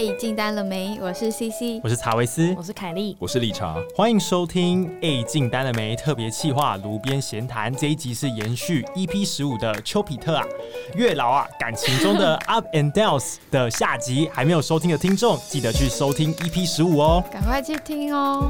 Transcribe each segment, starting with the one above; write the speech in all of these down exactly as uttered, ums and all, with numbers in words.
哎，进单了没？我是 C C， 我是查维斯， 我是凯莉， 我是理查。 欢迎收听哎，进单了没特别企划炉边闲谈。这一集是延续 E P 十五的丘比特啊，月老啊，感情中的 Up and Downs 的下集，还没有收听的听众，记得去收听 E P 十五哦， 赶快去听哦。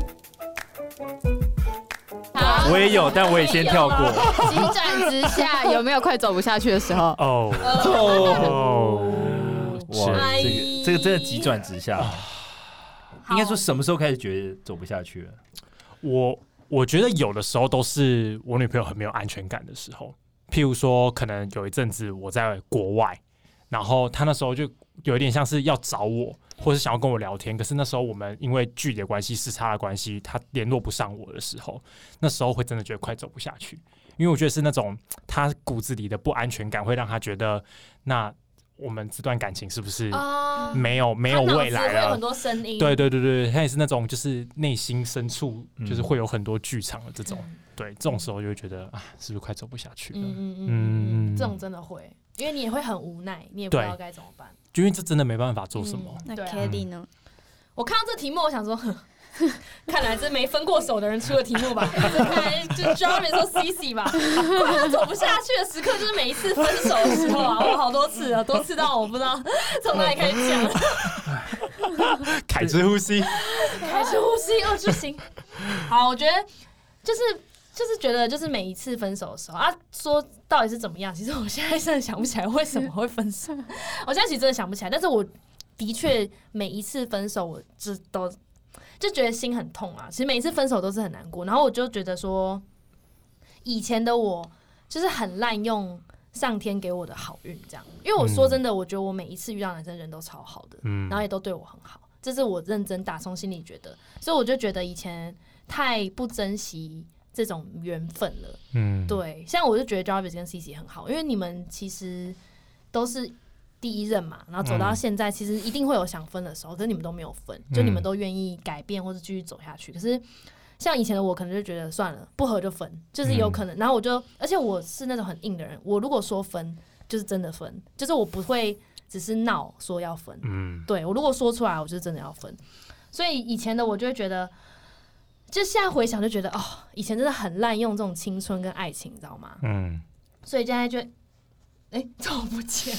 我也有，但我也先跳过。 急转直下，有没有快走不下去的时候？ 哦哦， 哇， 这个这个真的急转直下。应该说什么时候开始觉得走不下去了？ 我我觉得有的时候都是我女朋友很没有安全感的时候，譬如说，可能有一阵子我在国外，然后她那时候就有一点像是要找我，或是想要跟我聊天，可是那时候我们因为距离的关系、时差的关系，她联络不上我的时候，那时候会真的觉得快走不下去，因为我觉得是那种她骨子里的不安全感，会让她觉得那我们这段感情是不是没有、uh, 没有未来了？ 会有很多声音。 对对对对，她也是那种就是内心深处就是会有很多剧场的这种，嗯、对，这种时候就会觉得啊，是不是快走不下去了？ 嗯嗯嗯嗯，这种真的会，因为你也会很无奈，你也不知道该怎么办。 就因为这真的没办法做什么。 嗯、那 Kelly 呢？ 我看到这题目，我想说，看来这没分过手的人出的题目吧？看来就 Jarvis 说 C C 吧。快要走不下去的时刻，就是每一次分手的时候啊，我好多次啊，多次到我不知道从哪里开始讲。 凯之呼吸， 凯之呼吸，二之行。好，我觉得就是。就是觉得，就是每一次分手的时候啊，说到底是怎么样？其实我现在真的想不起来为什么会分手。我现在其实真的想不起来，但是我的确每一次分手，我就都就觉得心很痛啊。其实每一次分手都是很难过，然后我就觉得说，以前的我就是很滥用上天给我的好运，这样。因为我说真的，我觉得我每一次遇到男生人都超好的，嗯、然后也都对我很好，这是我认真打从心里觉得。所以我就觉得以前太不珍惜这种缘分了，嗯，对，像我就觉得 Jarvis 跟 C C 很好，因为你们其实都是第一任嘛，然后走到现在，其实一定会有想分的时候，可是你们都没有分，就你们都愿意改变或者继续走下去。可是像以前的我，可能就觉得算了，不合就分，就是有可能。然后我就，而且我是那种很硬的人，我如果说分，就是真的分，就是我不会只是闹说要分，嗯，对，我如果说出来，我就是真的要分。所以以前的我就会觉得。就现在回想就觉得哦，以前真的很滥用这种青春跟爱情，你知道吗？嗯，所以现在就，哎、欸，怎么不见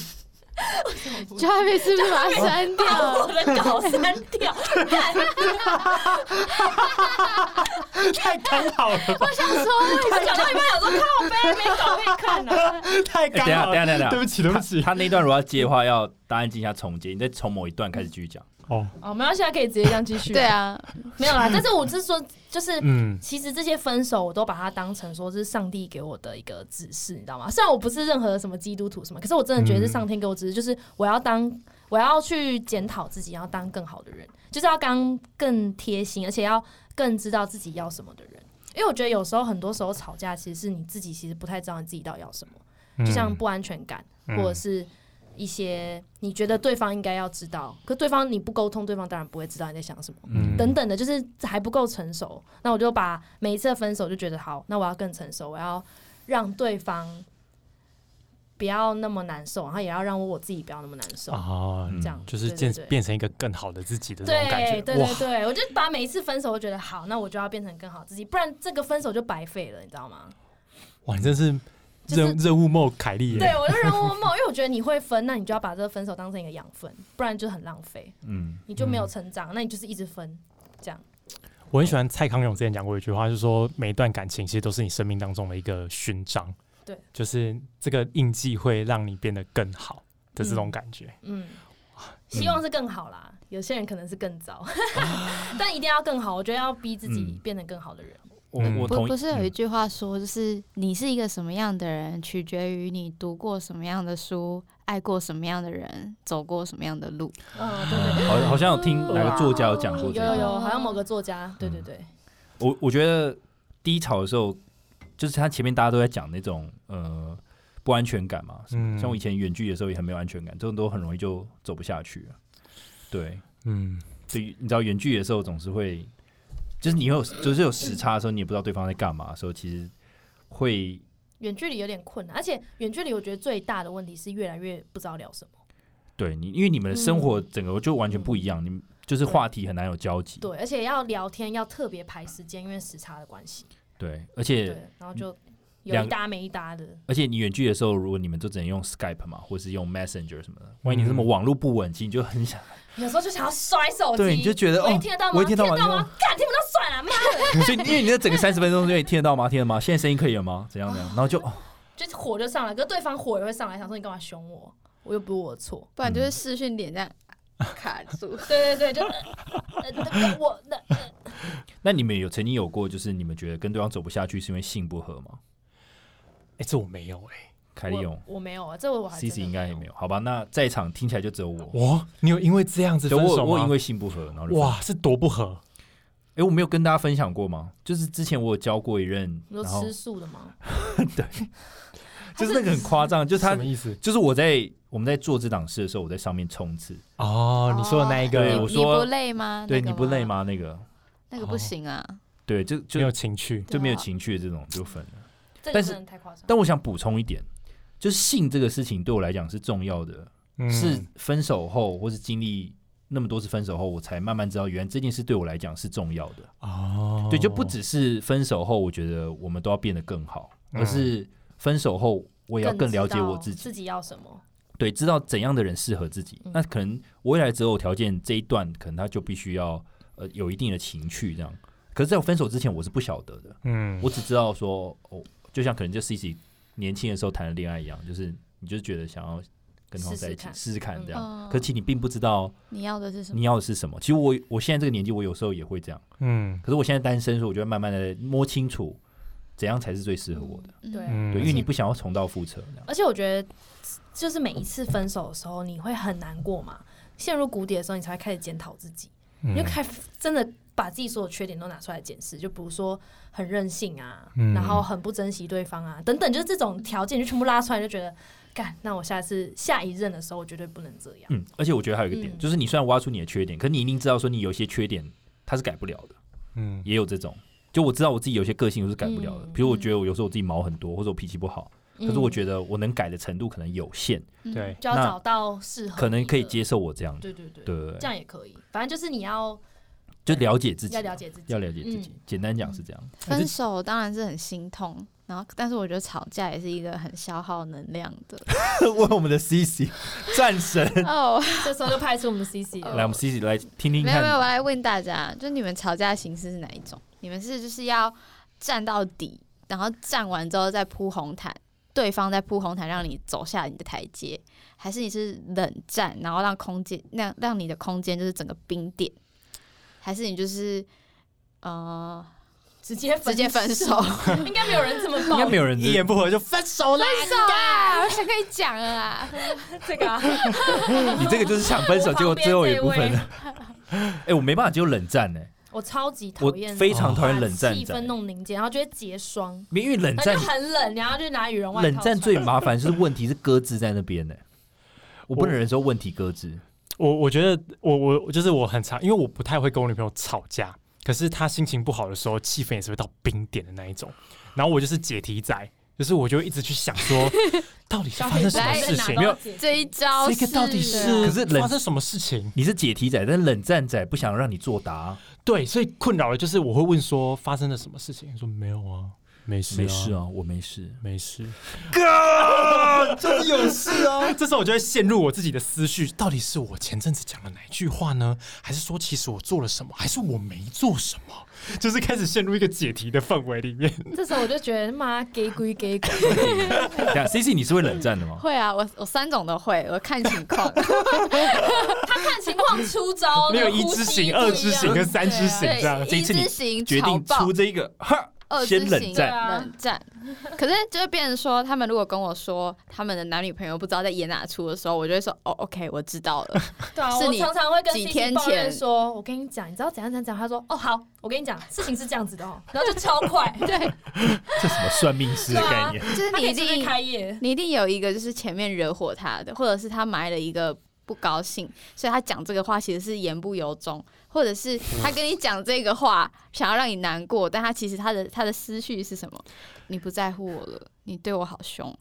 ？Jarvis 是不是把它删掉？ 我的稿删掉， 太刚好了吧！ 我想说，我讲到一半想说靠背没稿可以看啊， 太刚好了。 等一下，等一下， 对不起，对不起。 他那一段如果要接的话，要大家进行一下重接，你再从某一段开始继续讲。 哦，哦，没关系，可以直接这样继续。 对啊， 没有啦，但是我是说，就是，嗯，其实这些分手我都把它当成说是上帝给我的一个指示，你知道吗？虽然我不是任何什么基督徒什么，可是我真的觉得是上天给我指示，就是我要当，我要去检讨自己，要当更好的人，就是要当更贴心，而且要更知道自己要什么的人。因为我觉得有时候很多时候吵架，其实是你自己其实不太知道你自己到底要什么，就像不安全感，或者是。一些你觉得对方应该要知道，可对方你不沟通，对方当然不会知道你在想什么，嗯、等等的，就是还不够成熟。那我就把每一次的分手就觉得好，那我要更成熟，我要让对方不要那么难受，然后也要让我自己不要那么难受啊，这样就是变变成一个更好的自己的这种感觉。 对对对对，我就把每一次分手，我觉得好，那我就要变成更好自己，不然这个分手就白费了，你知道吗？ 哇，你真是。任任务梦凯莉， 对我的任务梦，因为我觉得你会分，那你就要把这个分手当成一个养分，不然就很浪费。嗯，你就没有成长，嗯、那你就是一直分，这样。 我很喜欢蔡康永之前讲过一句话，就是说每一段感情其实都是你生命当中的一个勋章， 对， 就是这个印记会让你变得更好的这种感觉。嗯， 嗯希望是更好啦，有些人可能是更糟，但一定要更好。我觉得要逼自己变得更好的人。嗯嗯、不, 不是有一句话说，就是你是一个什么样的人，取决于你读过什么样的书，爱过什么样的人，走过什么样的路。 嗯，对对对， 好，好像有听哪个作家有讲过这个， 有有有，好像某个作家，对对对。 我我觉得低潮的时候，就是他前面大家都在讲那种呃不安全感嘛，嗯、像我以前远距的时候也很没有安全感，这种都很容易就走不下去了。对，嗯，所以你知道远距的时候总是会。就是你有，就是有时差的时候，你也不知道对方在干嘛的时候，其实会远距离有点困难，而且远距离我觉得最大的问题是越来越不知道聊什么。 对你，因为你们的生活整个就完全不一样，嗯、你们就是话题很难有交集。 对，而且要聊天要特别排时间，因为时差的关系。 对，而且对，然后就有一搭没一搭的。 而且你远距的时候，如果你们都只能用 Skype 嘛，或是用 Messenger 什么的，万一你什么网络不稳，其实你就很想， 有时候就想要摔手机。 对，你就觉得哦， 听得到吗？ 我听得到吗？干，听不到算了，妈的！ 所以因为你那整个三十分钟内听得到吗？听得吗？现在声音可以了吗？怎样怎样？然后就哦， 就火就上来，可是对方火也会上来，想说你干嘛凶我？我又不是我的错， 不然就是视讯点这样卡住。 对对对，就呃我那。 那你们有曾经有过，就是你们觉得跟对方走不下去是因为性不合吗？ 哎、欸，这我没有哎、欸， 凯莉有， 我没有啊，这我还 C C 应该也没有，好吧？那在场听起来就只有我。 我，你有因为这样子分手吗？ 我我因为性不合，然后就哇，是多不合。 哎、欸，我没有跟大家分享过吗？就是之前我有教过一任， 你说吃素的吗？ 对，就是那个很夸张，就是他什么意思？ 就是我在我们在做这档事的时候，我在上面冲刺。 哦，你说的那一个， 对我说你不累吗？ 对， 那个、 你不累吗？那个那个不行啊。 对，就就没有情趣， 就没有情趣的这种就分了。 但是太夸张。 但我想补充一点，就是性这个事情对我来讲是重要的，嗯、是分手后或是经历那么多次分手后，我才慢慢知道，原来这件事对我来讲是重要的。哦，对，就不只是分手后，我觉得我们都要变得更好，嗯、而是分手后我也要更了解我自己， 自己要什么。 对，知道怎样的人适合自己。嗯、那可能未来择偶条件这一段，可能他就必须要呃有一定的情趣这样。可是在我分手之前，我是不晓得的。嗯，我只知道说，哦，就像可能就 C C 年轻的时候谈的恋爱一样，就是你就是觉得想要跟对方在一起试试看这样。嗯、可是其实你并不知道你要的是什么， 你要的是什么。其实我我现在这个年纪，我有时候也会这样。嗯，可是我现在单身，所以我就会慢慢的摸清楚怎样才是最适合我的。 嗯、对， 对，因为你不想要重蹈覆辙。 而且我觉得，就是每一次分手的时候，你会很难过嘛，陷入谷底的时候，你才会开始检讨自己，嗯、你就开真的。把自己所有缺点都拿出来检视，就比如说很任性啊，嗯、然后很不珍惜对方啊，等等，就是这种条件就全部拉出来，就觉得，干，那我下次下一任的时候，我绝对不能这样。 嗯，而且我觉得还有一个点，嗯、就是你虽然挖出你的缺点，可是你一定知道说你有些缺点它是改不了的。嗯，也有这种，就我知道我自己有些个性我是改不了的，嗯、比如我觉得我有时候我自己毛很多，或者我脾气不好，嗯、可是我觉得我能改的程度可能有限。 嗯、对，就要找到适合， 可能可以接受我这样。 对对对， 对， 这样也可以，反正就是你要。 就了解自己， 要了解自己， 要了解自己。嗯、简单讲是这样。 分手当然是很心痛，然后但是我觉得吵架也是一个很消耗能量的。 问我们的 C C 战神哦，这时候就派出我们的 C C 了。 来，我们 C C 来听听看。 没有没有，我来问大家，就你们吵架的形式是哪一种？你们是就是要站到底，然后站完之后再铺红毯，对方再铺红毯让你走下你的台阶，还是你是冷战，然后让空间让让你的空间就是整个冰点？还是你就是呃直接直接分手？ 应该没有人这么应该没有人一言不合就分手啦！ 分手啊！我想跟你讲了啊， 这个、啊、 你这个就是想分手，结果最后也不分了。哎、欸，我没办法接受冷战呢、欸。 我超级讨厌， 我非常讨厌冷战， 气氛弄凝结，然后就会结霜。 因为冷战就很冷，然后就拿羽绒外套。 冷战最麻烦就是问题是搁置在那边呢、欸，我不能忍受问题搁置。 我我觉得我我就是我很常，因为我不太会跟我女朋友吵架，可是她心情不好的时候，气氛也是会到冰点的那一种。然后我就是解题仔，就是我就一直去想说，到底是发生什么事情？ 没有这一招， 这个到底是可是发生什么事情？ 你是解题仔，但是冷战仔不想让你作答。 对，所以困扰的就是我会问说发生了什么事情？说没有啊。没事、啊， 没事啊，我没事， 没事。 哥，就是有事啊！ 这时候我就会陷入我自己的思绪，到底是我前阵子讲了哪一句话呢？还是说其实我做了什么？还是我没做什么？就是开始陷入一个解题的氛围里面。 这时候我就觉得妈给鬼给鬼。 C C 你是会冷战的吗？ 会啊，我我三种都会，我看情况。 他看情况出招， 你有一之型、二之型跟三之型这样。 这一之型决定出这个哈。先冷战， 冷战。可是就会变成说，他们如果跟我说他们的男女朋友不知道在演哪出的时候，我就会说哦 ，OK， 我知道了。 对啊，我常常会跟几天前说，我跟你讲，你知道怎样怎样讲？他说哦好，我跟你讲，事情是这样子的哦，然后就超快。对， 这什么算命师的概念？ 就是你一定开业， 你一定有一个就是前面惹火他的，或者是他埋了一个不高兴，所以他讲这个话其实是言不由衷。或者是他跟你讲这个话，想要让你难过，但他其实他的他的思绪是什么？你不在乎我了，你对我好凶，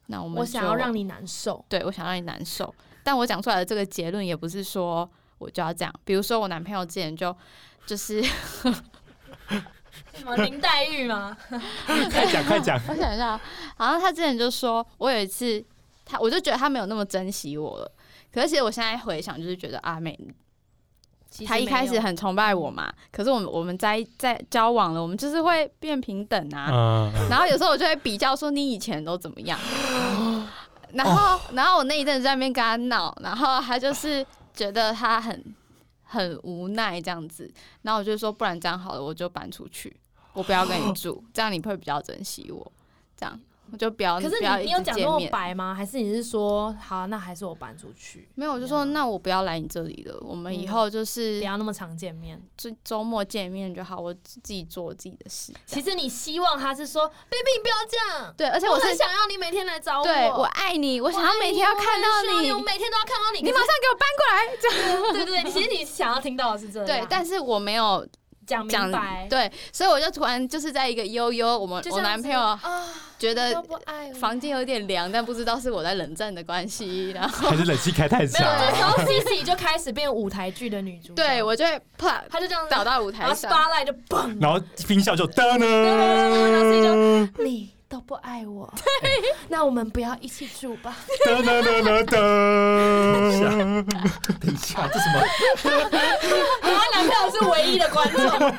那我们我想要让你难受， 对我想让你难受，但我讲出来的这个结论也不是说我就要这样。比如说我男朋友之前就就是什么林黛玉吗？ 快讲快讲。 我想一下，好像他之前就说，我有一次他我就觉得他没有那么珍惜我了。可是其实我现在回想，就是觉得阿美，他一开始很崇拜我嘛，可是我们我们在在交往了，我们就是会变平等啊。嗯、然后有时候我就会比较说你以前都怎么样，然后、哦、然后我那一阵子在那边跟他闹，然后他就是觉得他很很无奈这样子，然后我就说不然这样好了，我就搬出去，我不要跟你住，这样你会比较珍惜我，这样。我就不要， 可是你你你有讲那么白吗？还是你是说好，那还是我搬出去？ 没有，我就说那我不要来你这里了，我们以后就是、 嗯、不要那么常见面， 就周末见面就好，我自己做我自己的事。 其实你希望他是说 ，baby 你不要这样， 对，而且我是我很想要你每天来找我， 对我爱你，我想要每天要看到你， 我每天都要看到你， 你马上给我搬过来，这样对对对，其实你想要听到的是这样， 对，但是我没有。 讲明白， 对，所以我就突然就是在一个悠悠，我们我男朋友觉得房间有点凉，但不知道是我在冷战的关系，然后还是冷气开太强。 没有，这时候 Cici 就开始变舞台剧的女主角， 对我就会啪， 他就这样倒到舞台上， 然后 spotlight 就嘣， 然后音效就噔呢， 然后 Cici 就你都不爱我，那我们不要一起住吧。 噔噔噔噔噔， 等一下，这什么？ 她男朋友是唯一的观众，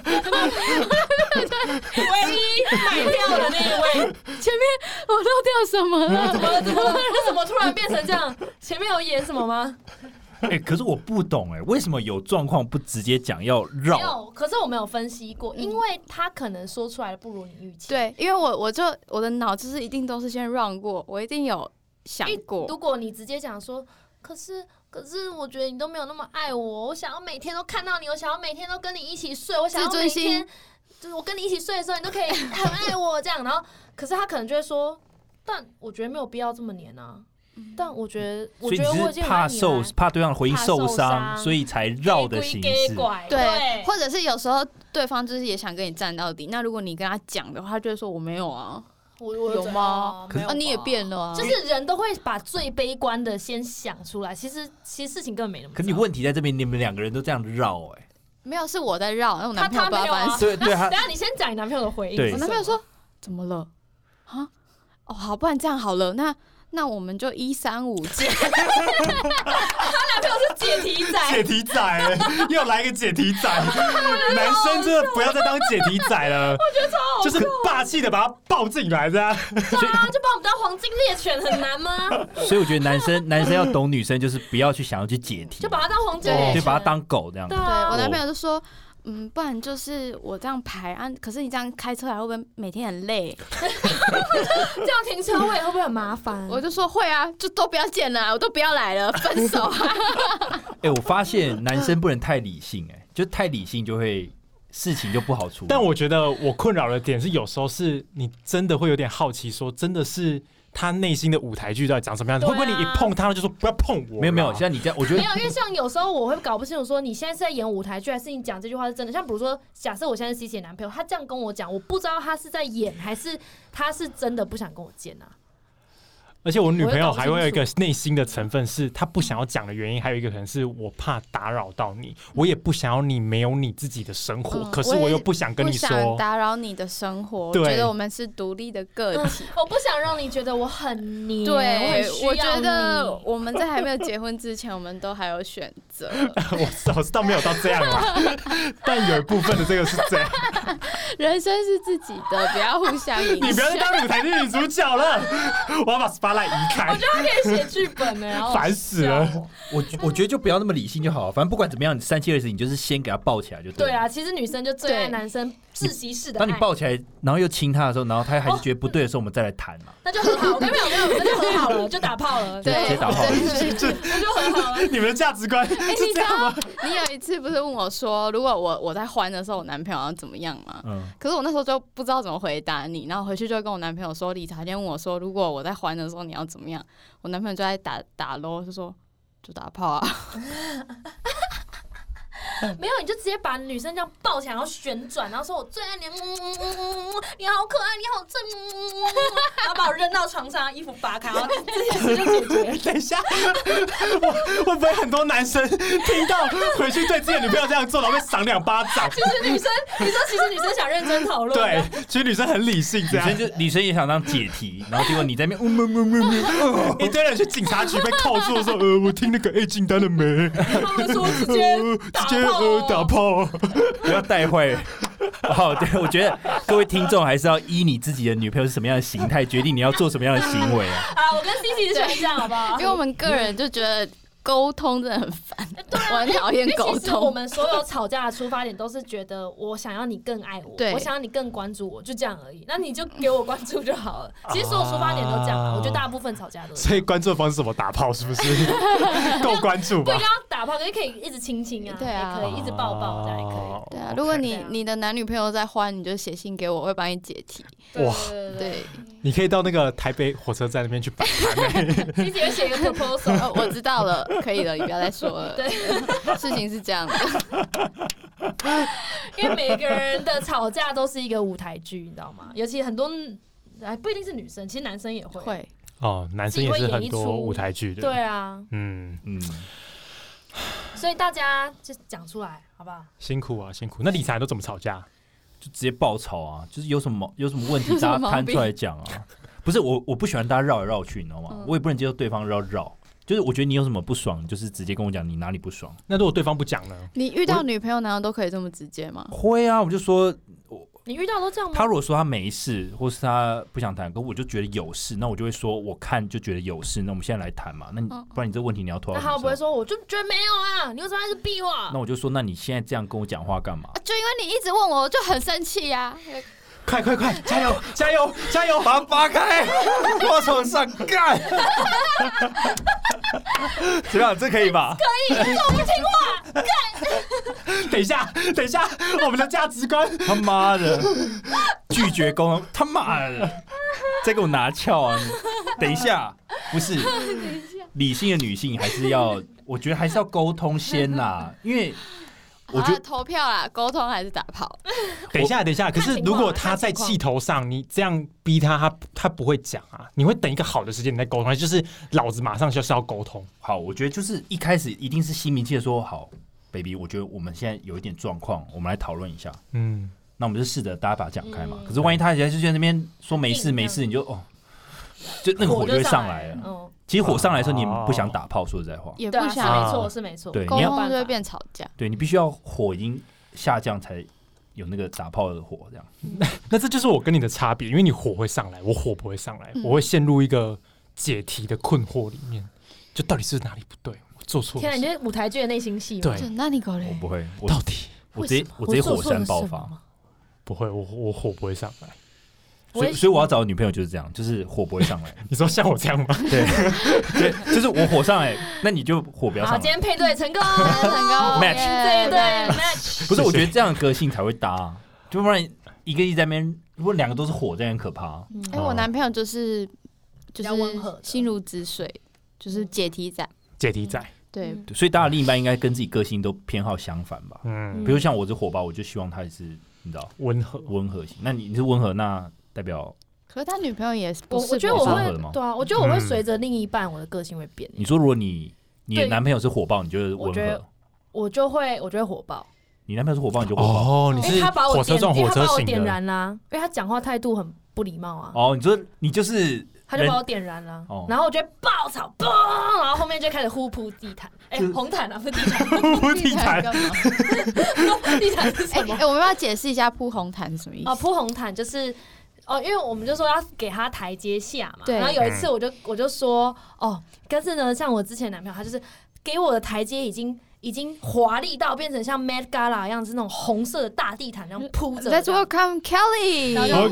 唯一买票的那一位。 前面我漏掉什么了？ 怎么了？怎么了？为什么突然变成这样？前面有演什么吗？ 哎、欸，可是我不懂哎、欸，为什么有状况不直接讲要绕？ 没有，可是我没有分析过，因为他可能说出来的不如你预期。 对，因为我我就我的脑就是一定都是先 run 过，我一定有想过。 如果你直接讲说，可是可是我觉得你都没有那么爱我，我想要每天都看到你，我想要每天都跟你一起睡，我想要每天就是我跟你一起睡的时候，你都可以很爱我这样。然后，可是他可能就会说，但我觉得没有必要这么黏啊。但我觉得，我觉得我已经怕受怕对方回应受伤，所以才绕的形式。 对，或者是有时候对方就是也想跟你站到底。那如果你跟他讲的话，他就会说我没有啊， 我我有吗？ 可是、 啊、你也变了啊。 就是人都会把最悲观的先想出来，其实其实事情根本没那么。 可你问题在这边，你们两个人都这样绕哎、欸， 没有是我在绕，那我男朋友不知道发生。 对对， 等下你先讲你男朋友的回应。 我男朋友说怎么了？啊？哦，好，不然这样好了，那。那我们就一三五见。他男朋友是解题仔， 解题仔，又来一个解题仔。男生真的不要再当解题仔了， 我觉得超好笑， 就是霸气的把他抱进来，这样。 对啊，就把我们当黄金猎犬很难吗？ 所以我觉得男生男生要懂女生，就是不要去想要去解题， 就把他当黄金猎犬， 就把他当狗这样子。 对我男朋友就说。嗯，不然就是我这样排啊，可是你这样开车来会不会每天很累？ 这样停车位会不会很麻烦？ 我就说会啊，就都不要见了，我都不要来了，分手啊！ 哎、欸，我发现男生不能太理性、欸，哎，就太理性就会事情就不好处理。 但我觉得我困扰的点是，有时候是你真的会有点好奇，说真的是。他内心的舞台剧到底长什么样子？啊、会不会你一碰他就说不要碰我？ 没有没有，像你这样，我觉得没有，因为像有时候我会搞不清楚，说你现在是在演舞台剧，还是你讲这句话是真的？像比如说，假设我现在是 Cici 男朋友，他这样跟我讲，我不知道他是在演，还是他是真的不想跟我见啊。 而且我女朋友还会有一个内心的成分，是她不想要讲的原因，还有一个可能是我怕打扰到你，我也不想要你没有你自己的生活，嗯、可是我又不想跟你说， 不想打扰你的生活，我觉得我们是独立的个体， 嗯、我不想让你觉得我很黏， 对， 我, 我觉得我们在还没有结婚之前，我们都还有选择。 我我是倒没有到这样啊，但有一部分的这个是这样， 人生是自己的，不要互相影响。 你不要再当舞台剧女主角了，我要把 spotlight 移开。 我觉得他可以写剧本呢、欸， 烦死了。 我我觉得就不要那么理性就好了，反正不管怎么样，你三七二十一，你就是先给他抱起来就对了。 对啊，其实女生就最爱男生窒息式的爱。 当你抱起来，然后又亲他的时候，然后他还是觉得不对的时候，我们再来谈嘛。 那就很好，没有没有，那就很好了，就打炮了， 对，直接打炮了， 那就很好了。 你们的价值观是这样吗？ 你有一次不是问我说，如果我我在欢的时候，我男朋友要怎么样吗？嗯。可是我那时候就不知道怎么回答你，然后回去就跟我男朋友说，理查今天问我说，如果我在欢的时候你要怎么样？我男朋友就在打打咯，就说就打炮啊。 没有，你就直接把女生这样抱起来，然后旋转，然后说我最爱你，嗯嗯嗯嗯，你好可爱，你好正，嗯，然后把我扔到床上，衣服扒开，然后这件事就解决了。 等一下，我会不会很多男生听到回去对自己的女朋友这样做，然后被赏两巴掌？ 其实女生，你说其实女生想认真讨论， 对，其实女生很理性，这样女生就女生也想当解题，然后结果你在那边嗯嗯嗯嗯嗯， 一堆人去警察局被扣住，说呃，我听那个 A 进单了没？ 他们说直接直接呃打炮， 不要带坏。好，对，我觉得各位听众还是要依你自己的女朋友是什么样的形态，决定你要做什么样的行为啊。 啊，我跟 Cici 是喜欢这样，好不好？ 因为我们个人就觉得沟通真的很烦， 对啊， 我很讨厌沟其实我通。 们所有吵架的出发点都是觉得我想要你更爱我， 对我想要你更关注我，就这样而已。那你就给我关注就好了。其实所有出发点都这样， 啊我觉得大部分吵架都是。 所以关注的方式是什么？打炮是不是？够关注吧不一定？要打炮，可是可以一直亲亲啊， 对啊也可以一直抱抱，这样也可以。 对啊， OK 如果你对啊你的男女朋友在欢，你就写信给我，我会帮你解题。 哇对对对， 你可以到那个台北火车站那边去摆摊欸。 ，Cici 会写一个 proposal。 呃我知道了，可以了，你不要再说了。 对， 事情是这样的。 因为每个人的吵架都是一个舞台剧，你知道吗？尤其很多，哎，不一定是女生，其实男生也会。 会， 哦，男生也是很多舞台剧的。 对啊， 嗯嗯， 所以大家就讲出来，好不好？ 辛苦啊，辛苦。那理财都怎么吵架？ 就直接爆吵啊，就是有什么有什么问题有什么毛病大家摊出来讲啊。不是我，我不喜欢大家绕来绕去，你知道吗？ 嗯我也不能接受对方绕绕。就是我觉得你有什么不爽，就是直接跟我讲你哪里不爽。 那如果对方不讲呢？ 你遇到女朋友难道都可以这么直接吗？ 会啊，我就说你遇到都这样吗？ 他如果说他没事，或是他不想谈，可我就觉得有事，那我就会说我看就觉得有事，那我们现在来谈嘛。那你嗯不然你这个问题你要拖到那什么时候？ 他会不会说我就觉得没有啊？你为什么还是逼我？ 那我就说，那你现在这样跟我讲话干嘛？ 啊就因为你一直问我，我就很生气呀。 快快快，加油加油加油！ 把它扒开，挂床上干。怎么样？这可以吧？ 可以，你怎么不听话？ 等一下等一下，我们的价值观。 他妈的，拒绝沟通，他妈的，再给我拿翘啊！你等一下，不是理性的女性还是要，我觉得还是要沟通先啦，因为我觉得好啊投票啦，沟通还是打炮？ 等一下等一下，可是看情况如果他在气头上，你这样逼他，他他不会讲啊。你会等一个好的时间你再沟通，还是就是老子马上就是要沟通？ 好，我觉得就是一开始一定是心平气和说好 ，baby， 我觉得我们现在有一点状况，我们来讨论一下。 嗯， 那我们就试着大家把它讲开嘛。 嗯可是万一他现在就在那边说没事硬没事，你就哦，就那个火就会上来了。 嗯， 其实火上来的时候，你不想打炮，说实在话， 对啊，是也不想没错，是没错。 对你要沟通就会没有办法变吵架。 对你必须要火已经下降才有那个打炮的火，这样。 那这就是我跟你的差别，因为你火会上来，我火不会上来， 嗯我会陷入一个解题的困惑里面，就到底是哪里不对，我做错天啊， 了什么， 你这舞台剧的内心戏吗？ 对就那你狗嘞？ 我不会，我到底我直接我直接火山爆发。 不会，我我火不会上来。 所以所以我要找的女朋友就是这样，就是火不会上来。 你说像我这样吗？ 对对，就是我火上来，那你就火不要好， 上来。 今天配对成功， 成功 Match 这一对耶 match。 不是，我觉得这样的个性才会搭啊，就不然一个一直在那边，如果两个都是火，这样很可怕。 哎，我男朋友就是就比较温和的是心如止水，就是解题仔。 解题仔， 对， 嗯对所以大家另一半应该跟自己个性都偏好相反吧。 嗯， 比如像我是火爆，我就希望他也是你知道温和。 温和型。那你你是温和，那代表可是他女朋友也是不是我我觉得我火爆会温和的吗对啊，我觉得我会嗯随着另一半，我的个性会变。 你说如果你你的对男朋友是火爆，你就是温我觉得和； 我就会我就会火爆， 你男朋友是火爆，你就火爆。 哦，你是因为他把我点， 火车撞因为他把我火车型的， 点燃啦，因为他讲话态度很不礼貌啊， 哦，你说你就是人他就把我点燃了哦， 然后我就会爆吵，嘣，然后后面就开始互扑地毯，哎， 就是红毯啊，不是地毯， 铺地毯。 干嘛？ 地毯是哎什么？ 哎，我们要解释一下铺红毯是什么意哦， 思？ 铺红毯就是。哦，因为我们就说要给他台阶下嘛， 对然后有一次我就我就说，哦，但是呢，像我之前男朋友，他就是给我的台阶已经已经华丽到变成像 Met Gala 一样，是那种红色的大地毯，这样铺着。 Let's welcome Kelly。 然后就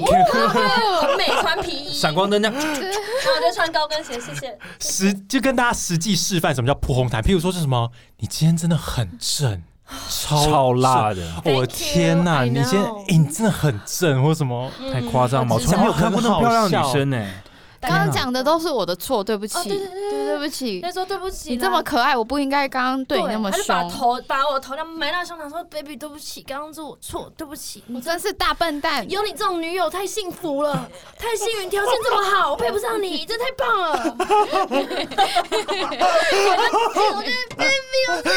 OK 很美，穿皮衣， 闪光灯这样， 然后我就穿高跟鞋，谢谢。 实就跟大家实际示范什么叫铺红毯，譬如说是什么，你今天真的很正，超超辣正。 的， 我的天哪， I 你今天 know 哎，你真的很正，或什么？ 嗯太夸张了！我从来没有看过那么漂亮的女生呢。 刚刚讲的都是我的错，对不起。 哦，对对对对对不起， 就说对不起， 你这么可爱，我不应该刚刚对你那么凶。 他就把头把我头这样埋到胸膛，说 ：“baby， 对不起，刚刚是我错，对不起， 我真是大笨蛋。 有你这种女友太幸福了，太幸运，条件这么好，我配不上你，真太棒了。”我觉得 baby， 我最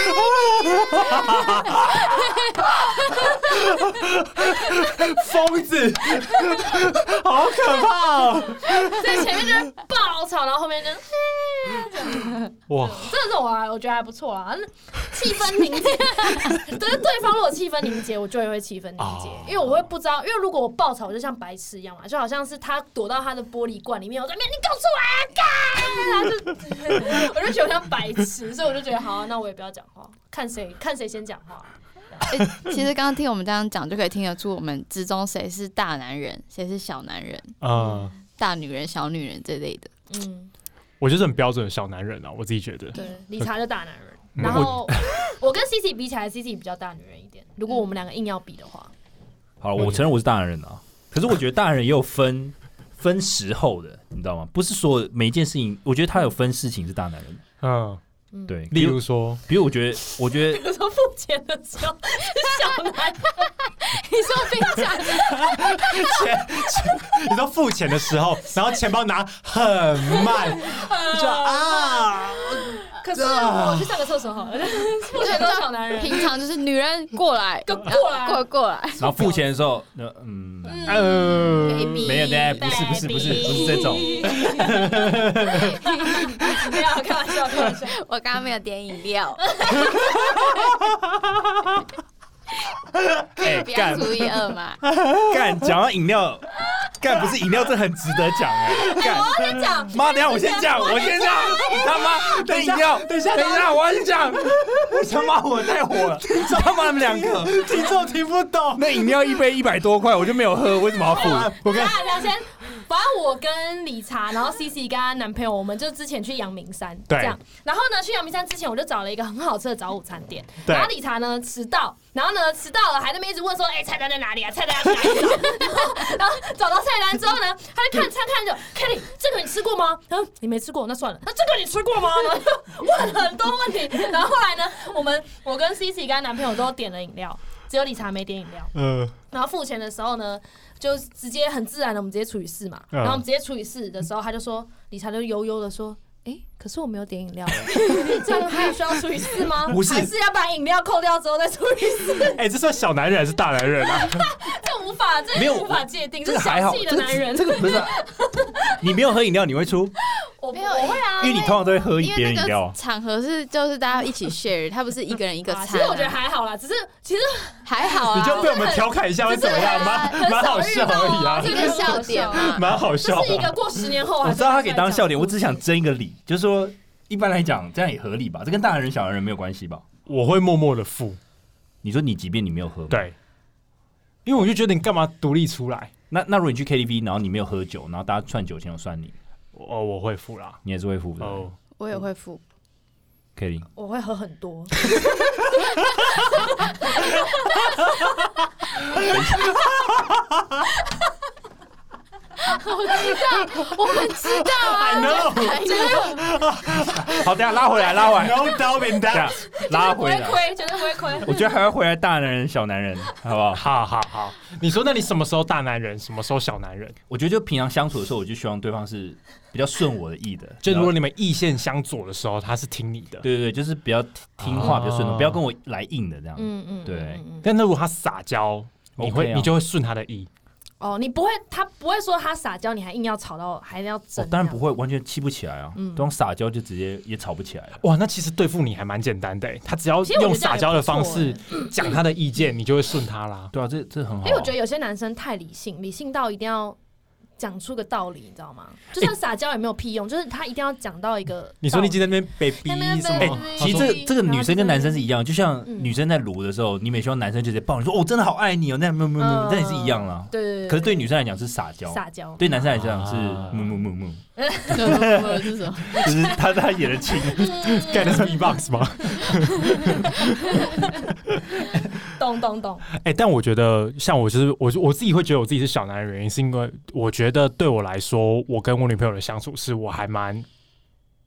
爱你。疯子，好可怕哦！ 在前面就爆吵，然后后面就哇，这种我还我觉得还不错啦，气氛凝结。但是对方如果气氛凝结，我就也会气氛凝结，因为我会不知道，因为如果我爆吵，我就像白痴一样嘛，就好像是他躲到他的玻璃罐里面，我在那边你给我出来啊！干，我就觉得我像白痴，所以我就觉得好、啊，那我也不要讲话，看谁看谁先讲话。 欸、其实刚刚听我们这样讲，就可以听得出我们之中谁是大男人，谁是小男人，嗯，大女人、小女人这类的。 嗯，我就是很标准的小男人啊，我自己觉得。 对，理查就大男人，嗯、然后我跟 C C 比起来 ，C C 比较大女人一点。如果我们两个硬要比的话， 好了，我承认我是大男人啊，可是我觉得大男人也有分分时候的，你知道吗？不是说每一件事情，我觉得他有分事情是大男人。嗯。对， 例如说， 比如我觉得，我觉得， 比如说付钱的时候是小男人， 你说并讲钱，你说付钱的时候，然后钱包拿很慢，就啊。 可是我去上个厕所好了，付钱都是小男人。 平常就是女人过来， 过来， 过过来。 然后付钱的时候，嗯呃， 没有的，不是不是不是不是这种。 没有，开玩笑，开玩笑。 我刚刚没有点饮料。哎，不要除以二嘛。 干，讲到饮料，干不是饮料，这很值得讲哎。 干，我要先讲。 妈，等一下我先讲，我先讲。他妈，等饮料， 等一下， 等一下，我要先讲。他妈，我太火了，他妈他们两个听众听不懂。 那饮料一杯一百多块，我就没有喝，为什么要付？ 我跟大家先。反正我跟理查，然后 C C 跟她男朋友，我们就之前去阳明山这样。然后呢，去阳明山之前，我就找了一个很好吃的早午餐店。然后理查呢迟到，然后呢迟到了，还在那边一直问说：“哎、欸，菜单在哪里啊？菜单在哪里、啊？”然后，然后找到菜单之后呢，他就看餐看就 Kelly， 这个你吃过吗？然后你没吃过，那算了。那这个你吃过吗？然后就问很多问题。然后后来呢，我们我跟 C C 跟她男朋友都点了饮料，只有理查没点饮料。嗯。然后付钱的时候呢，就直接很自然的，我们直接除以四嘛。嗯、然后我们直接除以四的时候，他就说，理查就悠悠的说：“哎、欸，可是我没有点饮料，这样还有需要除以四吗？ 不是， 还是要把饮料扣掉之后再除以四？” 哎、欸，这算小男人还是大男人啊？ 这无法，这无法界定， 这个还好， 小气的男人。 这个不是、啊，你没有喝饮料，你会出？ 我没有，我会啊， 因为你通常都会喝别人饮料。 场合是就是大家一起 share， 他不是一个人一个餐、啊。 其实我觉得还好啦，只是其实还好啊。 你就被我们调侃一下会怎么样？蛮蛮好笑而已啊， 一个笑点嘛， 蛮好笑。 是一个过十年后， 我知道他可以当笑点，我只想争一个理，就是说一般来讲这样也合理吧？这跟大男人小男人没有关系吧？ 我会默默的付。 你说你即便你没有喝， 对，因为我就觉得你干嘛独立出来？ 那那如果你去 K T V， 然后你没有喝酒，然后大家算酒钱，我算你。 哦，我会付啦， 你也是会付的。哦， 我也会付。 Kelly， 我会喝很多。 我知道，我们知道啊。 I know。 好，等一下拉回来，拉回来。 No doubt in that。 拉回来， 绝对不会亏，绝对不会亏。 我觉得还要回来大男人、小男人，好不好？ 好好好。你说，那你什么时候大男人，什么时候小男人？ 我觉得就平常相处的时候，我就希望对方是比较顺我的意的。 就如果你们意见相左的时候，他是听你的。 对对对，就是比较听话，比较顺的，不要跟我来硬的这样。 嗯嗯， 对。 但那如果他撒娇，你会你就会顺他的意。 哦，你不会，他不会说他撒娇，你还硬要吵到，还要争、哦。 当然不会，完全气不起来啊。嗯，用撒娇就直接也吵不起来了。 哇，那其实对付你还蛮简单的，他只要用撒娇的方式讲他的意见，你就会顺他啦。 对啊，这这很好、啊。 因为我觉得有些男生太理性，理性到一定要讲出个道理，你知道吗？就算撒娇也没有屁用，就是他一定要讲到一个。 你说你今天那边被逼什么？ 哎，其实这个这个女生跟男生是一样，就像女生在撸的时候，你每希望男生就直接抱你说：“我真的好爱你哦。”那没有没有没有，那也是一样啦。 对对对。 可是对女生来讲是撒娇， 撒娇； 对男生来讲是木木木木。 是什么？ 就是他他演的亲， 干的是 B-box 吗？ 懂懂懂。 哎，但我觉得像我就是我我自己会觉得我自己是小男人，原因是因为我觉得对我来说，我跟我女朋友的相处是我还蛮，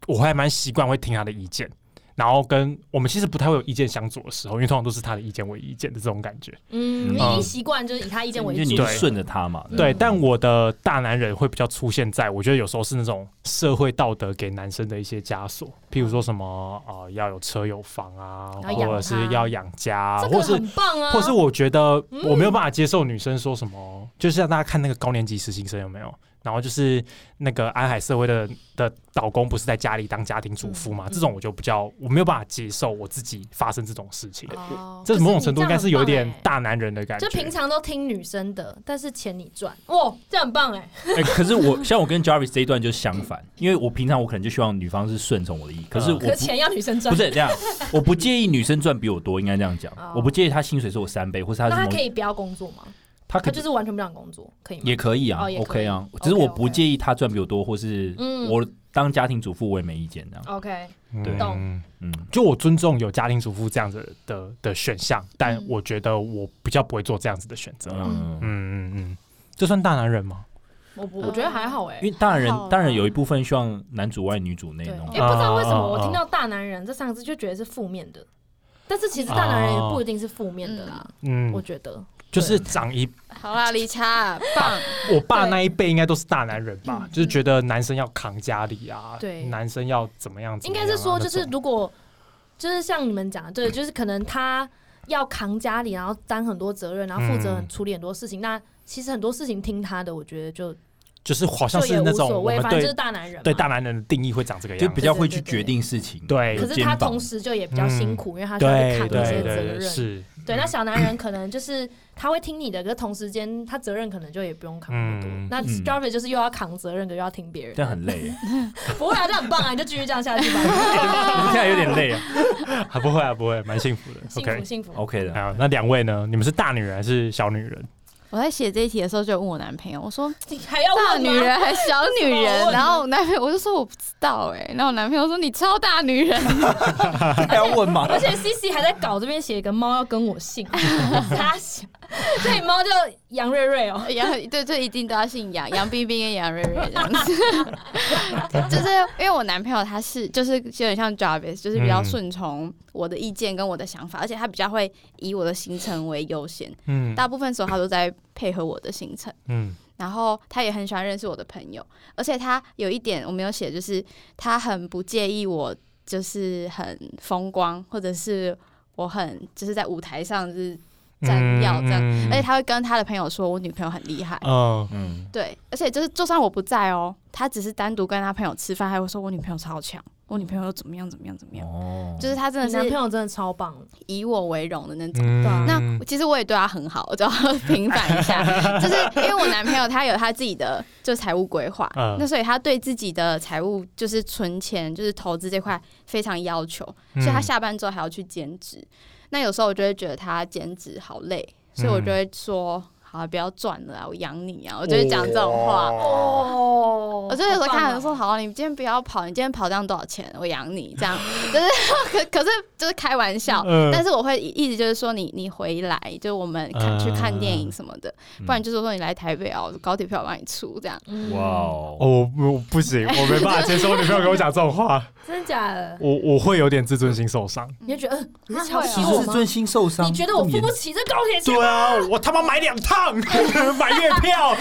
我还蛮习惯会听他的意见。然后跟我们其实不太会有意见相左的时候，因为通常都是他的意见为意见的这种感觉。 嗯，你已经习惯就是以他意见为主， 因为你是顺着他嘛。 对，但我的大男人会比较出现在，我觉得有时候是那种社会道德给男生的一些枷锁，譬如说什么呃要有车有房啊，或者是要养家， 这个或是很棒啊， 或是我觉得我没有办法接受女生说什么，就是像大家看那个高年级实习生有没有？然后就是那个安海社会的的老公不是在家里当家庭主妇嘛？嗯、这种我就比较我没有办法接受我自己发生这种事情。哦、这某种程度应该是有点大男人的感觉。 就平常都听女生的，但是钱你赚，哇，这样很棒哎、 欸。哎，可是我像我跟 Jarvis 这一段就相反，因为我平常我可能就希望女方是顺从我的意，可是我可是钱要女生赚， 不是这样，我不介意女生赚比我多，应该这样讲，哦、我不介意她薪水是我三倍，或是她是那她可以不要工作吗？他, 他就是完全不想工作，可以吗？ 也可以啊、哦、，OK 啊，只是我不介意他赚比我多，或是我当家庭主妇我也没意见这样。 OK， 对， 懂。 嗯，就我尊重有家庭主妇这样子的的选项，但我觉得我比较不会做这样子的选择。嗯嗯嗯嗯，这算大男人吗？ 我我觉得还好哎、欸， 因为大男人当然有一部分希望男主外女主内那种。 哎、欸，不知道为什么我听到大男人这三个字就觉得是负面的，但是其实大男人也不一定是负面的啦。嗯，我觉得。 就是长一好啦，理查棒。 我爸那一辈应该都是大男人吧，就是觉得男生要扛家里啊，对，男生要怎么样？ 应该是说，就是如果就是像你们讲的，对，就是可能他要扛家里，然后担很多责任，然后负责处理很多事情。那其实很多事情听他的，我觉得就。 就是好像是那种我们对就是大男人对大男人的定义会长这个样子， 就比较会去决定事情。 对， 可是他同时就也比较辛苦，因为他需要去扛这些责任。 是， 对。那小男人可能就是他会听你的，可是同时间他责任可能就也不用扛那么多。那 Jarvis 就是又要扛责任，又要听别人， 这样很累。 不会啊，这很棒啊，你就继续这样下去吧。 你看有点累啊， 还不会啊，不会，蛮幸福的。 幸福幸福 ，OK 的。 好，那两位呢？你们是大女人还是小女人？ 我在写这一题的时候就问我男朋友，我说你还要大女人还是小女人？然后我男朋友我就说我不知道哎、欸，然后我男朋友说你超大女人， 还要问吗？ 而且 C C 还在稿这边写一个猫要跟我姓，他想，所以猫叫杨瑞瑞哦， 杨对对，一定都要姓杨，杨冰冰跟杨瑞瑞这样子，就是因为我男朋友他是就是有点像 Jarvis， 就是比较顺从我的意见跟我的想法，而且他比较会以我的行程为优先，嗯，大部分时候他都在配合我的行程，嗯，然后他也很喜欢认识我的朋友，而且他有一点我没有写，就是他很不介意我就是很风光，或者是我很就是在舞台上就是占耀这样，嗯、而且他会跟他的朋友说我女朋友很厉害，嗯嗯，对，而且就是就算我不在哦，他只是单独跟他朋友吃饭，还会说我女朋友超强。我女朋友怎么样怎么样怎么样，哦、就是他真的是男朋友真的超棒， 以我为荣的那种。嗯、那其实我也对他很好，我就要平反一下，就是因为我男朋友他有他自己的就财务规划，嗯、那所以他对自己的财务就是存钱就是投资这块非常要求，所以他下班之后还要去兼职。那有时候我就会觉得他兼职好累，所以我就会说。好、啊，不要赚了啊！我养你啊！我就会讲这种话。哦，我就有时候看人说：“好、啊，你今天不要跑，你今天跑这样多少钱？我养你。”这样就是可可是就是开玩笑，嗯、但是我会一直就是说你你回来，就我们看、嗯、去看电影什么的，不然就是说你来台北啊，高铁票我帮你出这样。 哇哦，我我不行，我没办法接受我女朋友跟我讲这种话。 真的假的？ 我我会有点自尊心受伤。 你就觉得，嗯、呃，你是瞧不起我吗？自尊心受伤？ 你觉得我付不起这高铁钱？ 对啊，我他妈买两趟，买月票，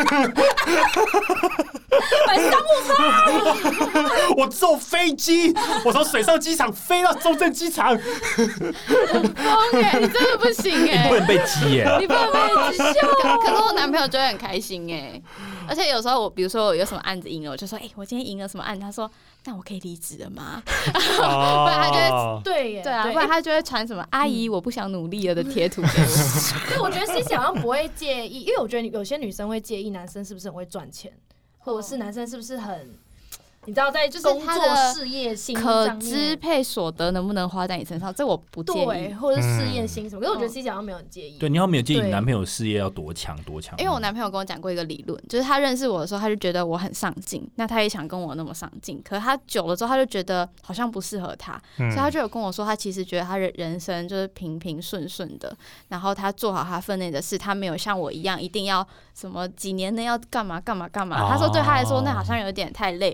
买商务舱， 我坐飞机，我从水上机场飞到中正机场。 很疯哎，你真的不行哎、欸， 你不能被激耶、欸， 你不能被激笑。可是我男朋友就会很开心哎、欸，而且有时候我比如说我有什么案子赢了，我就说哎、欸，我今天赢了什么案？他说。那我可以离职了吗？哦、不然他就会对耶， 对啊，不然他就会传什么“阿姨，我不想努力了”的贴图给我。 所以我觉得 C C 好像不会介意，因为我觉得有些女生会介意男生是不是很会赚钱，或者是男生是不是很。你知道，在工作事业心可支配所得能不能花在你身上，这我不介意， 对，或者是事业心什么。可是我觉得 C C 好像没有很介意。 对，你好像没有介意你男朋友事业要多强多强。 因为我男朋友跟我讲过一个理论，就是他认识我的时候，他就觉得我很上进，那他也想跟我那么上进。可是他久了之后，他就觉得好像不适合他，嗯、所以他就有跟我说，他其实觉得他人生就是平平顺顺的，然后他做好他分内的事，他没有像我一样一定要什么几年内要干嘛干嘛干嘛。哦、他说对他来说，那好像有点太累了。嗯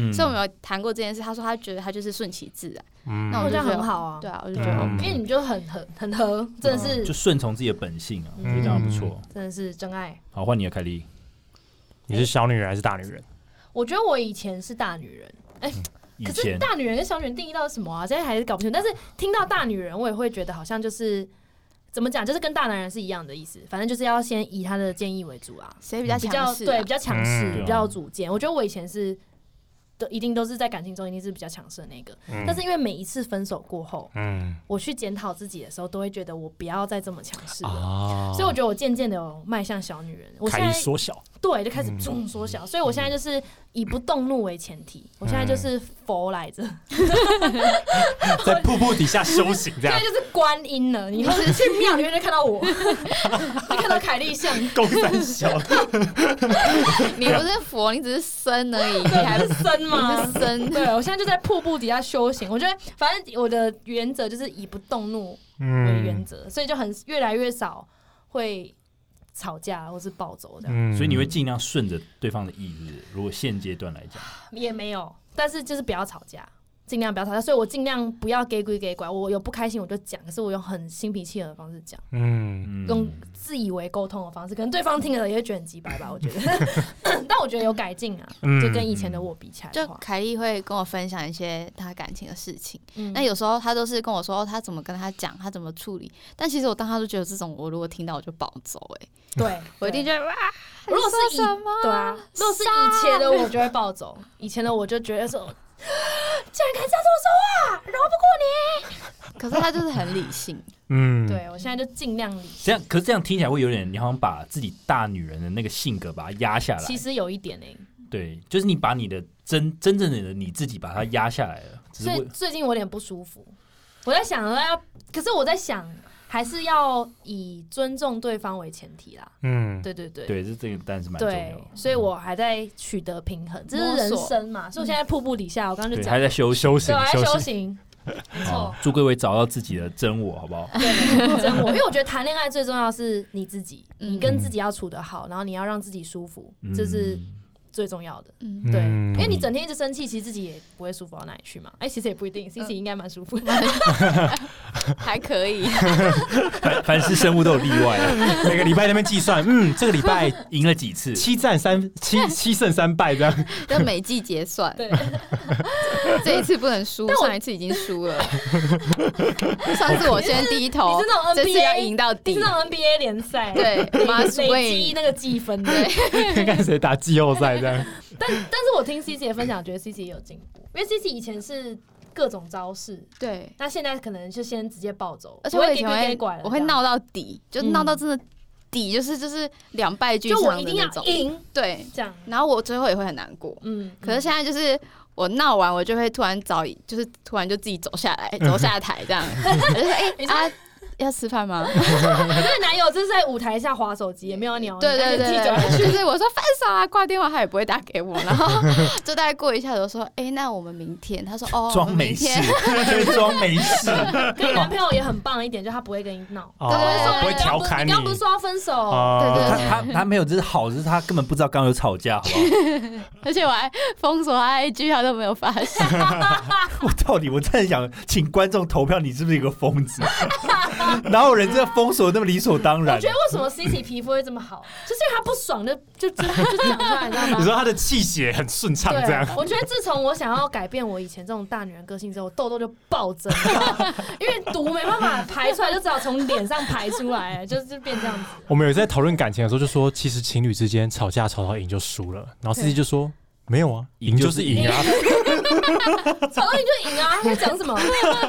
嗯所以我们有谈过这件事。他说他觉得他就是顺其自然， 嗯那我就觉得我觉得很好啊。 对啊，我就觉得嗯 OK。 因为你就很很很合，真的是、 就顺从自己的本性啊，我觉得这样不错。 真的是真爱。 好，换你了，凯莉。 你是小女人还是大女人？ 我觉得我以前是大女人，哎、可是以前大女人跟小女人定义到底是什么啊？现在还是搞不清楚。但是听到大女人，我也会觉得好像就是怎么讲，就是跟大男人是一样的意思。反正就是要先以他的建议为主啊， 谁比较比强势、啊？ 较对比较强势， 嗯比较有主见。我觉得我以前是。都一定都是在感情中一定是比较强势的那个， 嗯但是因为每一次分手过后， 嗯我去检讨自己的时候，都会觉得我不要再这么强势了， 啊， 所以我觉得我渐渐的有迈向小女人。我现凯在莉缩小， 对就开始重缩小，所以我现在就是以不动怒为前提，我现在就是佛来着， 在瀑布底下修行这样现在。就是观音了。你以后去庙里面就看到我，就看到凯莉像， 公三小， 你不是佛，你只是僧而已，你对， 还还是僧吗？ 你是僧。 对，我现在就在瀑布底下修行。我觉得，反正我的原则就是以不动怒为原嗯则，所以就很越来越少会吵架或是暴走这样， 嗯所以你会尽量顺着对方的意，是不是？如果现阶段来讲， 也没有，但是就是不要吵架。尽量不要吵架，所以我尽量不要给鬼给拐。我有不开心我就讲，可是我用很心平气和的方式讲， 嗯嗯用自以为沟通的方式，可能对方听了也会觉得很鸡掰吧，我觉得。但我觉得有改进啊， 嗯就跟以前的我比起来就的话， 凯莉会跟我分享一些她感情的事情， 嗯那有时候她都是跟我说她怎么跟她讲，她怎么处理。但其实我当她都觉得这种，我如果听到我就暴走、欸，哎， 对我一定对觉得哇， 如果是以你说什么？ 对啊，如果是以前的我就会暴走，以前的我就觉得说，竟然敢这样跟我说话，饶不过你。 可是她就是很理性， 嗯， 对我现在就尽量理性。 这样，可是这样听起来会有点，你好像把自己大女人的那个性格把它压下来。 其实有一点诶、 对，就是你把你的真真正的你自己把它压下来了，只是为所以最近我有点不舒服。我在想要，可是我在想，还是要以尊重对方为前提啦。 嗯， 对对对。 对，这这个当然是蛮重要对的。， 所以我还在取得平衡，这是人生嘛。所以我现在瀑布底下，我刚刚就对， 讲还，在修行修行对，我还在修修行， 行，没好错， 祝各位找到自己的真我，好不好？ 对，真我。因为我觉得谈恋爱最重要是你自己， 嗯你跟自己要处得好，然后你要让自己舒服，这是嗯最重要的。 嗯， 对， 嗯因为你整天一直生气，其实自己也不会舒服到哪里去嘛。哎，其实也不一定，C C 应该蛮舒服的。 还可以。 凡凡是生物都有例外啊， 每个礼拜在那边计算，嗯，这个礼拜赢了几次？ 七战三七七胜三败这样， 就每季结算， 对， 这一次不能输， 但我上一次已经输了。上次我先第一你头是，那种这次要 N B A， 赢到底你是。那种 N B A 联赛， 对，妈输不赢。 累积那个积分的。 看看谁打季后赛这样。 但但是我听 C C 的分享，觉得 C C 也有进步，因为 C C 以前是各种招式， 对， 那现在可能就先直接暴走， 而且我以前不会给会拐了这样我会闹到底，就嗯闹到真的底，就是就是两败俱就我伤一定要的那种。 赢， 对， 这样， 然后我最后也会很难过。 嗯， 可是现在就是我闹完，我就会突然找，就是突然就自己走下来，走下台这样，我就说哎、 你说啊，要吃饭吗？ 可是男友就是在舞台下滑手机，也没有鸟你， 对对对他就自己走下对， 去。 就是我说分手啊，挂电话他也不会打给我，然后就大概过一下子我说，哎、那我们明天，他说哦，我装们明没事天， 装没事。 跟你男朋友也很棒一点，就他不会跟你闹， 哦对对对不会调侃你你刚刚不是说要分手？ 哦对对他他他没有，这是好，只是他根本不知道刚刚有吵架，好不好？ 而且我还封锁他 I G，他都没有发现。 我到底我真的想请观众投票，你是不是一个疯子？哪有人这个封锁那么理所当然我觉？得为什么 C C 皮肤会这么好，就是因为他不爽就就就就讲出来，你知道吗？ 你说他的气血很顺畅这样对，，我觉得自从我想要改变我以前这种大女人个性之后，痘痘就暴增，你知道吗因为毒没办法排出来，就只好从脸上排出来，就是就变这样子。 我们有在讨论感情的时候就说，其实情侣之间吵架吵到赢就输了，然后司机就说没有啊，赢就是赢啊。 吵到你就赢啊！在讲什么？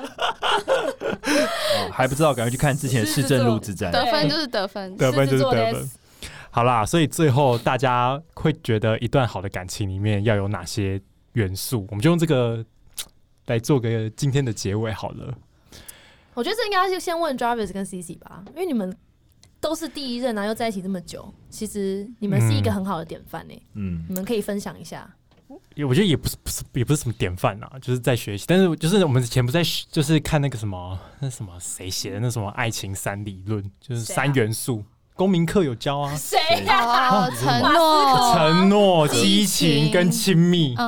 哦还不知道，赶快去看之前的市政路之战。 得分就是得分， 得分就是得分狮子座的。 好啦，所以最后大家会觉得一段好的感情里面要有哪些元素？我们就用这个来做个今天的结尾好了。 我觉得这应该是先问 Jarvis 跟 C C 吧，因为你们都是第一任，然后又在一起这么久，其实你们是一个很好的典范呢。 嗯你，们可以分享一下。 我觉得也不是不是也不是什么典范啊，就是在学习。但是就是我们以前不是在学就是看那个什么那什么谁写的那什么爱情三理论，就是谁啊三元素，公民课有教啊， 谁呀？ 哦，承瓦斯诺， 口承诺、 激激情情跟亲密。 嗯，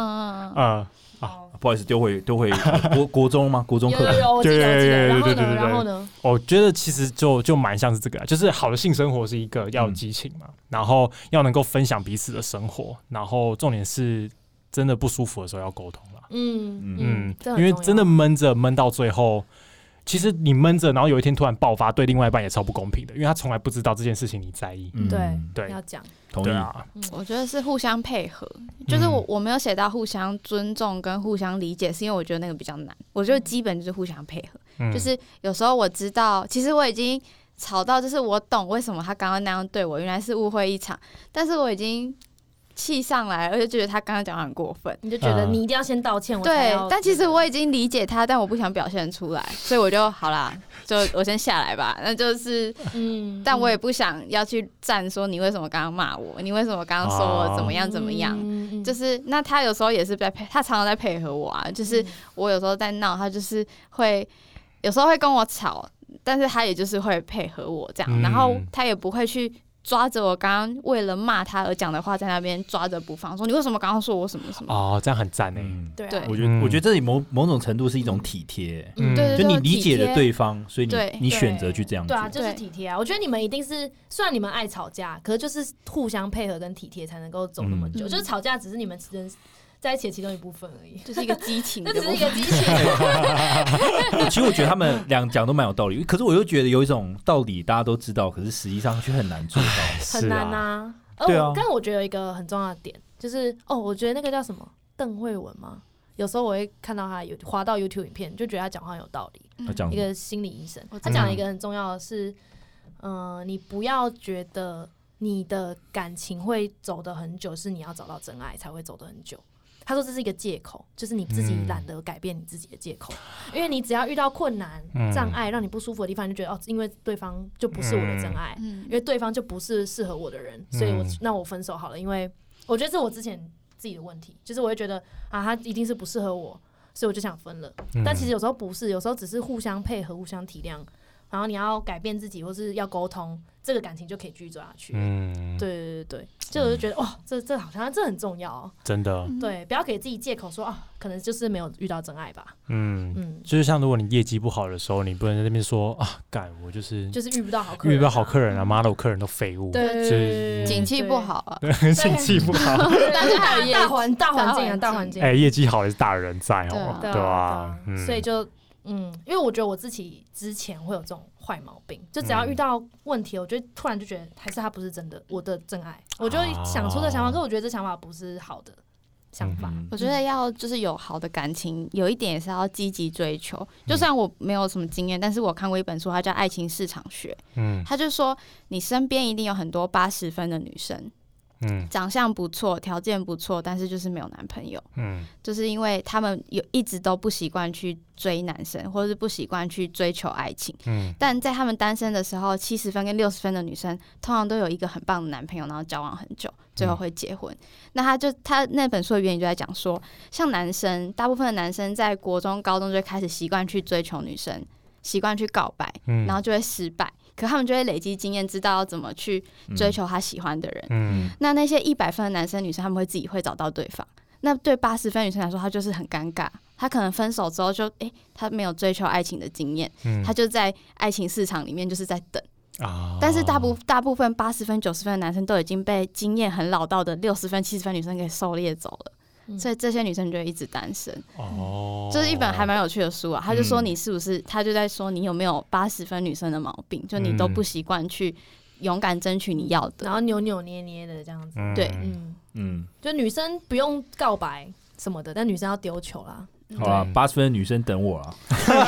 嗯嗯， 不好意思，丢回丢回国国中吗？国中课有有有，我记得我记得。然后呢？然后呢？ 我觉得其实就就蛮像是这个，就是好的性生活是一个要有激情嘛，嗯、然后要能够分享彼此的生活，然后重点是真的不舒服的时候要沟通啦。 嗯嗯，嗯因为真的闷着闷到最后。其实你闷着，然后有一天突然爆发，对另外一半也超不公平的，因为他从来不知道这件事情你在意。 嗯、对对， 要讲， 同意啊。 我觉得是互相配合，就是我我没有写到互相尊重跟互相理解，是因为我觉得那个比较难。我觉得基本就是互相配合，嗯、就是有时候我知道，其实我已经吵到，就是我懂为什么他刚刚那样对我，原来是误会一场，但是我已经。气上来，而且觉得他刚刚讲的很过分， 你就觉得你一定要先道歉。我对，但其实我已经理解他，但我不想表现出来，所以我就好啦，就我先下来吧。那就是，嗯，但我也不想要去站说你为什么刚刚骂我，你为什么刚刚说我怎么样怎么样，哦、就是那他有时候也是在配，他常常在配合我啊，就是我有时候在闹，他就是会有时候会跟我吵，但是他也就是会配合我这样，然后他也不会去。抓着我刚刚为了骂他而讲的话，在那边抓着不放，说你为什么刚刚说我什么什么？ 哦，这样很赞哎、 嗯。 对、 啊， 我觉得，嗯、我觉得这里某某种程度是一种体贴。 嗯，对对， 就你理解了对方，所以你对你选择去这样做。 对啊，就是体贴啊。我觉得你们一定是，虽然你们爱吵架，可是就是互相配合跟体贴才能够走那么久。嗯、就是吵架只是你们人在一起的其中一部分而已， 就是一个激情的部分， 这只是一个激情。 其实我觉得他们俩讲都蛮有道理，可是我又觉得有一种道理大家都知道，可是实际上却很难做到， 很难啊。 对啊。 但我觉得有一个很重要的点，就是哦，我觉得那个叫什么邓慧文吗？有时候我会看到他有滑到 YouTube 影片，就觉得他讲话有道理。 嗯、 一个心理医生，他讲了一个很重要的是，嗯、呃，你不要觉得你的感情会走得很久，是你要找到真爱才会走得很久。他说这是一个借口，就是你自己懒得改变你自己的借口，嗯、因为你只要遇到困难、障碍，让你不舒服的地方，你就觉得哦，因为对方就不是我的真爱，嗯、因为对方就不是适合我的人，所以我那我分手好了。因为我觉得这是我之前自己的问题，就是我会觉得啊，他一定是不适合我，所以我就想分了。嗯、但其实有时候不是，有时候只是互相配合、互相体谅，然后你要改变自己，或是要沟通，这个感情就可以继续走下去。嗯，对对对对。就我就觉得哇，这这好像这很重要、哦， 真的。 对，不要给自己借口说啊，可能就是没有遇到真爱吧。 嗯嗯，就是像如果你业绩不好的时候，你不能在那边说啊，干我就是就是遇不到好客人、啊， 遇不到好客人啊，妈的，我客人都废物， 对，景气不好啊， 对，景气不好， 大家还有大环大环境啊，大环境， 哎、欸，业绩好也是大人在哦， 对吧？ 所以就。嗯，因为我觉得我自己之前会有这种坏毛病，就只要遇到问题，我就突然就觉得还是他不是真的我的真爱，我就想出的想法，可是我觉得这想法不是好的想法。 我觉得要就是有好的感情，有一点也是要积极追求。就算我没有什么经验，但是我看过一本书，它叫《爱情市场学》，嗯，他就说你身边一定有很多八十分的女生。嗯，长相不错，条件不错，但是就是没有男朋友。嗯，就是因为他们有一直都不习惯去追男生，或者是不习惯去追求爱情。嗯，但在他们单身的时候，七十分跟六十分的女生通常都有一个很棒的男朋友，然后交往很久，最后会结婚。嗯、那他就他那本书的原因就在讲说，像男生，大部分的男生在国中、高中就会开始习惯去追求女生，习惯去告白，嗯、然后就会失败。可他们就会累积经验，知道要怎么去追求他喜欢的人。嗯，那那些一百分的男生女生，他们会自己会找到对方。那对八十分女生来说，他就是很尴尬。他可能分手之后就，哎、欸，他没有追求爱情的经验，嗯、他就在爱情市场里面就是在等。哦、但是大部大部分八十分、九十分的男生都已经被经验很老道的六十分、七十分女生给狩猎走了。所以这些女生就一直单身，哦，就是一本还蛮有趣的书啊。他就说你是不是，他就在说你有没有八十分女生的毛病，就你都不习惯去勇敢争取你要的， 然后扭扭捏捏的这样子。 对， 嗯嗯，就女生不用告白什么的，但女生要丢球啦。 好啊，八十分的女生等我啊！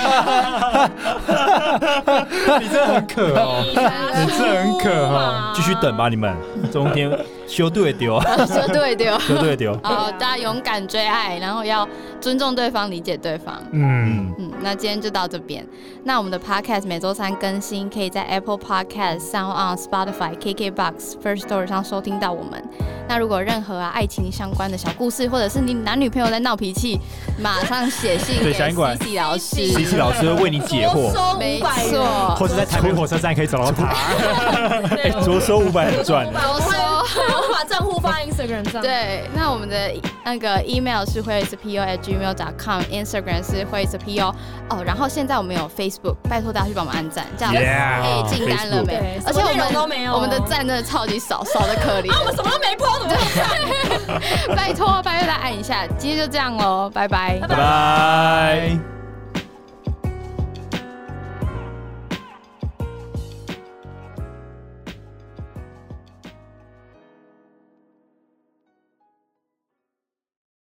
你真的很可哦，你真的很可哦， 继续等吧，你们中间修对丢， 修对丢， 修对丢。 好，大家勇敢追爱，然后要尊重对方，理解对方。嗯嗯，那今天就到这边。那我们的 Podcast 每周三更新，可以在 Apple Podcast、SoundOn、Spotify、K K Box、First Story 上收听到我们。那如果有任何啊爱情相关的小故事，或者是你男女朋友在闹脾气，马上写信给 C C 老师 ，C C 老师会为你解惑， 没错， 或者在台北火车站可以找到他。 哎，多收五百很赚， 我会我把账户发 Instagram 上。 对，那我们的那个 email 是会是 po at gmail dot com，Instagram 是会是 po 哦，然后现在我们有 Facebook， 拜托大家去帮我们按赞，这样哎进单了没？而且我们都没有， 我们的赞真的超级少，少的可怜。 啊，我们什么都没 po， 怎么会赞？ 拜托拜托大家按一下，今天就这样喽，拜拜， 拜拜。